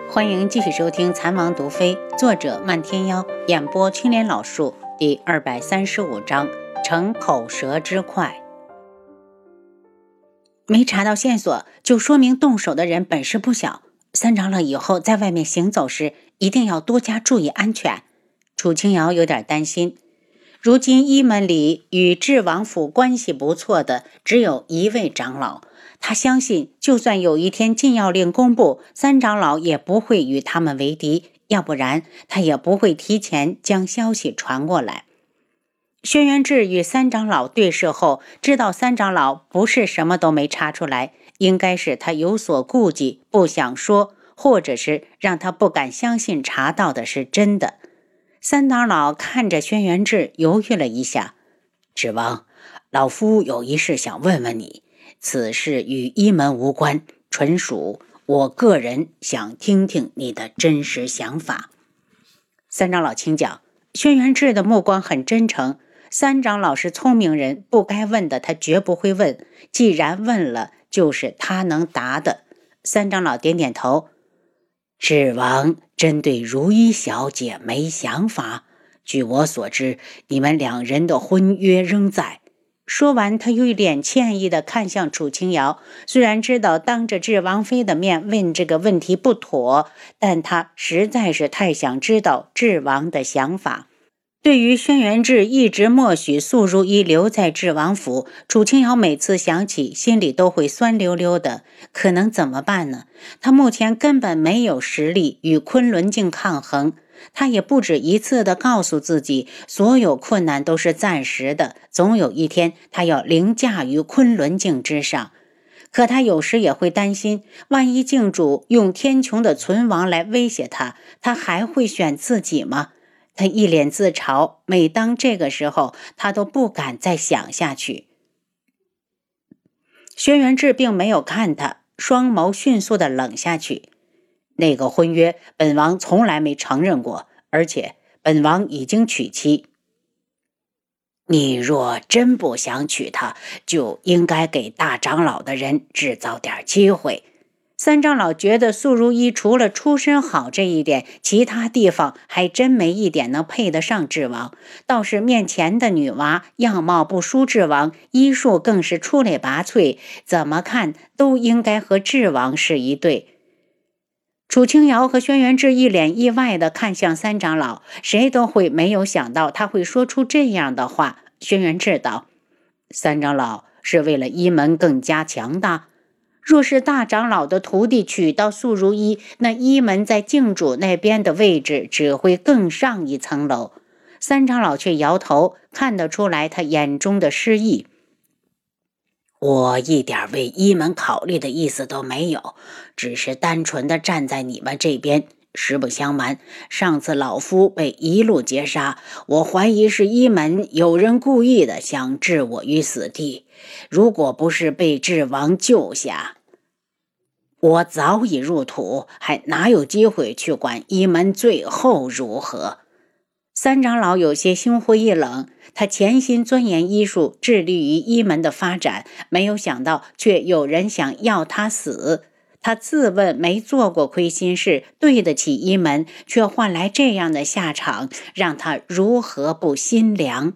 欢迎继续收听《残王毒妃》，作者漫天妖，演播青莲老树，第235章，逞口舌之快。没查到线索，就说明动手的人本事不小。三长老以后在外面行走时，一定要多加注意安全。楚清瑶有点担心，如今一门里与智王府关系不错的只有一位长老，他相信就算有一天禁药令公布，三长老也不会与他们为敌，要不然他也不会提前将消息传过来。轩辕志与三长老对视后，知道三长老不是什么都没查出来，应该是他有所顾忌，不想说，或者是让他不敢相信查到的是真的。三长老看着轩辕志犹豫了一下，智王，老夫有一事想问问你，此事与一门无关，纯属我个人想听听你的真实想法。三长老请讲。轩辕志的目光很真诚，三长老是聪明人，不该问的他绝不会问，既然问了，就是他能答的。三长老点点头，智王针对如一小姐没想法，据我所知，你们两人的婚约仍在。说完，他又一脸歉意地看向楚清瑶，虽然知道当着智王妃的面问这个问题不妥，但他实在是太想知道智王的想法。对于轩辕志一直默许素如一留在智王府，楚清瑶每次想起心里都会酸溜溜的，可能怎么办呢？他目前根本没有实力与昆仑镜抗衡，他也不止一次地告诉自己，所有困难都是暂时的，总有一天他要凌驾于昆仑镜之上。可他有时也会担心，万一镜主用天穹的存亡来威胁他，他还会选自己吗？他一脸自嘲，每当这个时候，他都不敢再想下去。轩辕志并没有看他，双眸迅速地冷下去。那个婚约，本王从来没承认过，而且本王已经娶妻。你若真不想娶她，就应该给大长老的人制造点机会。三长老觉得素如一除了出身好这一点，其他地方还真没一点能配得上智王。倒是面前的女娃样貌不输智王，医术更是出类拔萃，怎么看都应该和智王是一对。楚清瑶和轩辕志一脸意外地看向三长老，谁都会没有想到他会说出这样的话。轩辕志道：三长老是为了一门更加强大，若是大长老的徒弟娶到素如一，那一门在镜主那边的位置只会更上一层楼。三长老却摇头，看得出来他眼中的失意。我一点为一门考虑的意思都没有，只是单纯的站在你们这边。实不相瞒，上次老夫被一路截杀，我怀疑是一门有人故意的想置我于死地，如果不是被智王救下，我早已入土，还哪有机会去管一门最后如何？三长老有些心灰意冷，他潜心钻研医术，致力于一门的发展，没有想到却有人想要他死。他自问没做过亏心事，对得起一门，却换来这样的下场，让他如何不心凉？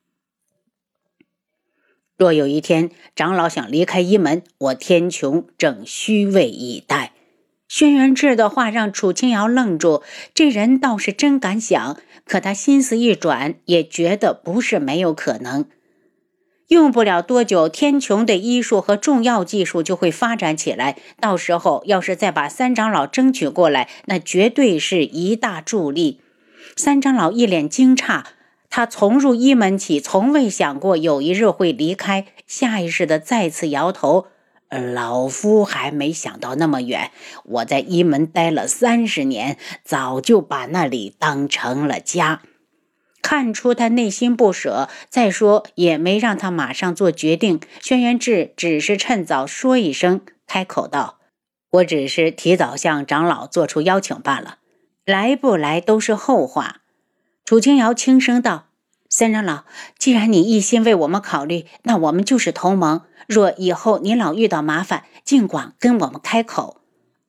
若有一天长老想离开一门，我天穹正虚位以待。轩辕志的话让楚清瑶愣住，这人倒是真敢想，可他心思一转，也觉得不是没有可能。用不了多久，天穹的医术和重要技术就会发展起来，到时候要是再把三长老争取过来，那绝对是一大助力。三长老一脸惊诧，他从入一门起，从未想过有一日会离开，下意识的再次摇头。老夫还没想到那么远，我在一门待了30年，早就把那里当成了家。看出他内心不舍，再说也没让他马上做决定。轩辕志只是趁早说一声，开口道：我只是提早向长老做出邀请罢了，来不来都是后话。楚清瑶轻声道：三长老，既然你一心为我们考虑，那我们就是同盟，若以后您老遇到麻烦，尽管跟我们开口。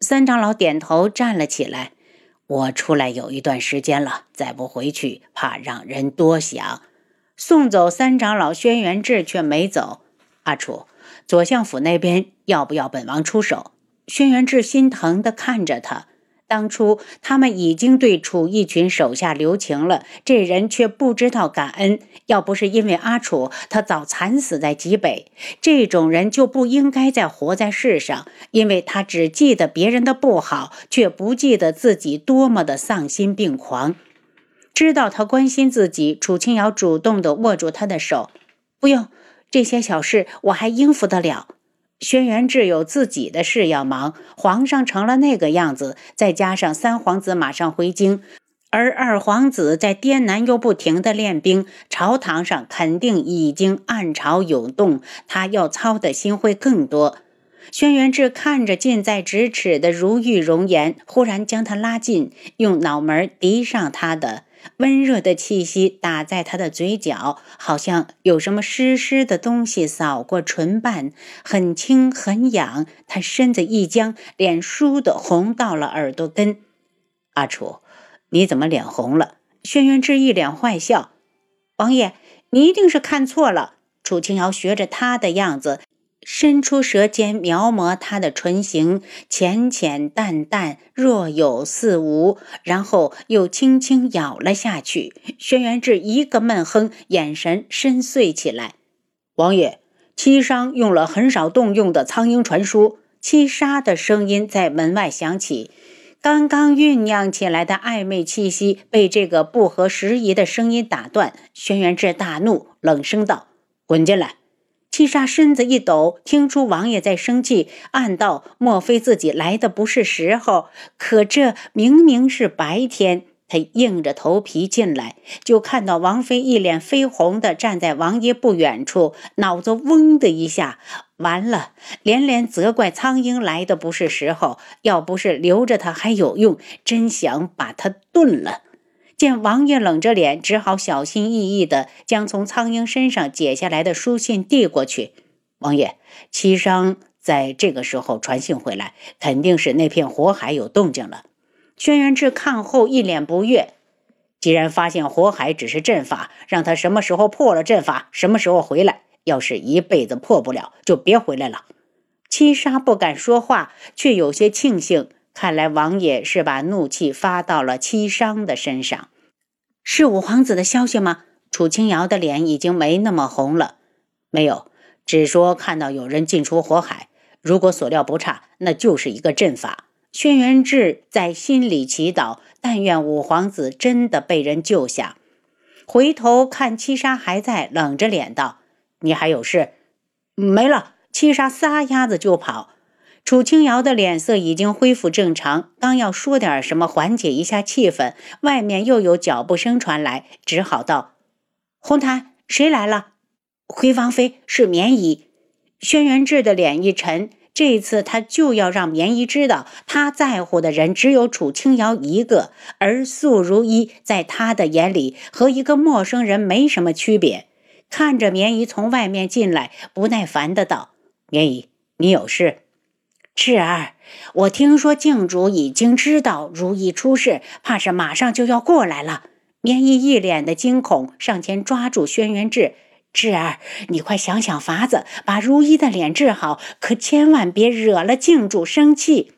三长老点头站了起来。我出来有一段时间了，再不回去怕让人多想。送走三长老，轩辕志却没走。阿楚，左相府那边要不要本王出手？轩辕志心疼地看着他。当初他们已经对楚一群手下留情了，这人却不知道感恩。要不是因为阿楚，他早惨死在极北。这种人就不应该再活在世上，因为他只记得别人的不好，却不记得自己多么的丧心病狂。知道他关心自己，楚清瑶主动地握住他的手。不用，这些小事我还应付得了。轩辕志有自己的事要忙，皇上成了那个样子，再加上三皇子马上回京，而二皇子在滇南又不停地练兵，朝堂上肯定已经暗潮涌动，他要操的心会更多。轩辕志看着近在咫尺的如玉容颜，忽然将他拉近，用脑门抵上他的温热的气息打在他的嘴角，好像有什么湿湿的东西扫过唇瓣，很轻很痒。他身子一僵，脸倏地红到了耳朵根。阿楚，你怎么脸红了？轩辕志一脸坏笑。王爷，你一定是看错了。楚清瑶学着他的样子，伸出舌尖描摹他的唇形，浅浅淡淡，若有似无，然后又轻轻咬了下去。轩辕志一个闷哼，眼神深邃起来。王爷，七伤用了很少动用的苍鹰传书。七杀的声音在门外响起，刚刚酝酿起来的暧昧气息被这个不合时宜的声音打断。轩辕志大怒，冷声道：滚进来。七杀身子一抖，听出王爷在生气，暗道莫非自己来的不是时候？可这明明是白天。他硬着头皮进来，就看到王妃一脸绯红的站在王爷不远处，脑子嗡的一下，完了，连连责怪苍鹰来的不是时候，要不是留着他还有用，真想把他炖了。见王爷冷着脸，只好小心翼翼地将从苍鹰身上解下来的书信递过去。王爷，七伤在这个时候传信回来，肯定是那片火海有动静了。轩辕志看后一脸不悦，既然发现火海只是阵法，让他什么时候破了阵法，什么时候回来。要是一辈子破不了，就别回来了。七杀不敢说话，却有些庆幸，看来王爷是把怒气发到了七伤的身上。是五皇子的消息吗？楚清瑶的脸已经没那么红了。没有，只说看到有人进出火海，如果所料不差，那就是一个阵法。轩辕志在心里祈祷，但愿五皇子真的被人救下。回头看七杀还在，冷着脸道：你还有事？没了。七杀撒丫子就跑。楚清瑶的脸色已经恢复正常，刚要说点什么缓解一下气氛，外面又有脚步声传来，只好道：红檀，谁来了？回王妃，是绵姨。轩辕志的脸一沉，这次他就要让绵姨知道，他在乎的人只有楚清瑶一个，而素如一在他的眼里和一个陌生人没什么区别。看着绵姨从外面进来，不耐烦的道：绵姨，你有事？智儿，我听说靖主已经知道如意出事，怕是马上就要过来了。绵姨一脸的惊恐，上前抓住轩辕志。智儿，你快想想法子，把如意的脸治好，可千万别惹了靖主生气。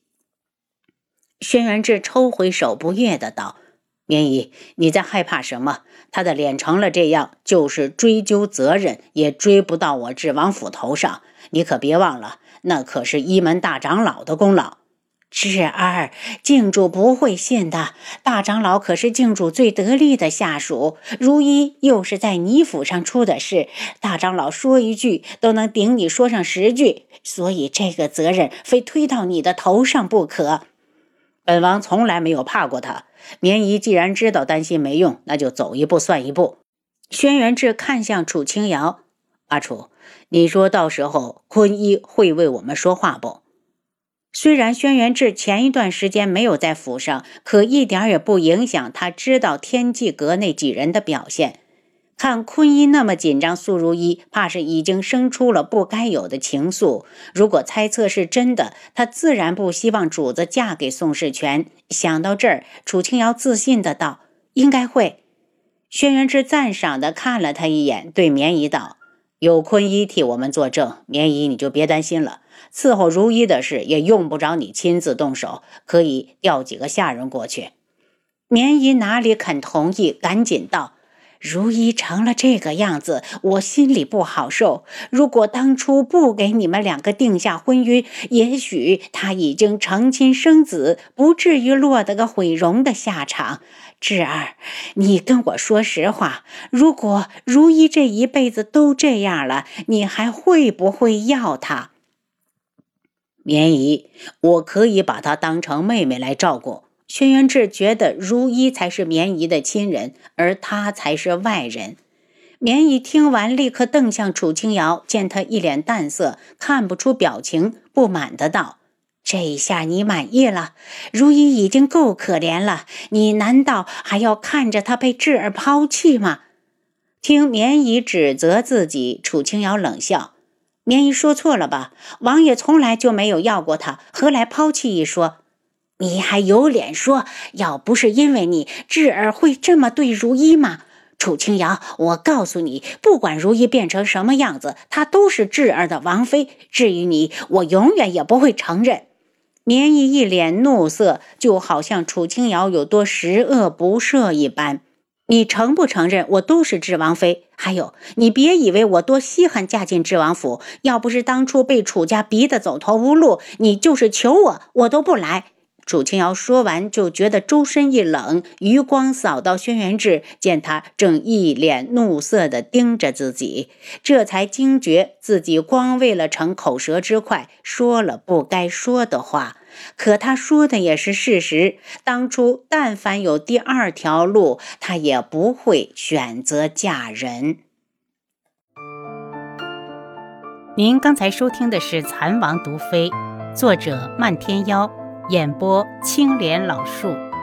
轩辕志抽回手，不悦的道：绵姨，你在害怕什么？他的脸成了这样，就是追究责任也追不到我智王府头上。你可别忘了，那可是一门大长老的功劳。智儿，靖主不会信的，大长老可是靖主最得力的下属，如一又是在你府上出的事，大长老说一句都能顶你说上10句，所以这个责任非推到你的头上不可。本王从来没有怕过他，绵姨既然知道担心没用，那就走一步算一步。轩辕志看向楚清瑶：阿楚，你说到时候坤一会为我们说话不？虽然轩辕志前一段时间没有在府上，可一点也不影响他知道天际阁那几人的表现。 看坤一那么紧张，苏如意怕是已经生出了不该有的情愫。如果猜测是真的，他自然不希望主子嫁给宋世权。想到这儿，楚清瑶自信的道：“应该会。”轩辕志赞赏的看了他一眼，对绵姨道：“有坤一替我们作证，绵姨你就别担心了。伺候如一的事也用不着你亲自动手，可以调几个下人过去。”绵姨哪里肯同意，赶紧道：“如一成了这个样子，我心里不好受。如果当初不给你们两个定下婚约，也许他已经成亲生子，不至于落得个毁容的下场。智儿，你跟我说实话，如果如一这一辈子都这样了，你还会不会要他？”绵姨，我可以把她当成妹妹来照顾。轩辕志觉得如一才是绵姨的亲人，而他才是外人。绵姨听完，立刻瞪向楚清瑶，见他一脸淡色，看不出表情，不满的道：“这一下你满意了？如一已经够可怜了，你难道还要看着她被智儿抛弃吗？”听绵姨指责自己，楚清瑶冷笑：“绵姨说错了吧？王爷从来就没有要过她，何来抛弃一说？你还有脸说，要不是因为你，智儿会这么对如一吗？楚清瑶，我告诉你，不管如一变成什么样子，她都是智儿的王妃。至于你，我永远也不会承认。”绵姨一脸怒色，就好像楚清瑶有多十恶不赦一般。你承不承认我都是智王妃？还有，你别以为我多稀罕嫁进智王府，要不是当初被楚家逼得走投无路，你就是求我，我都不来。楚清瑶说完，就觉得周身一冷，余光扫到轩辕志，见他正一脸怒色地盯着自己，这才惊觉自己光为了逞口舌之快，说了不该说的话。可他说的也是事实，当初但凡有第二条路，他也不会选择嫁人。 您刚才收听的是《蚕王毒妃》，作者漫天妖，演播青莲老树。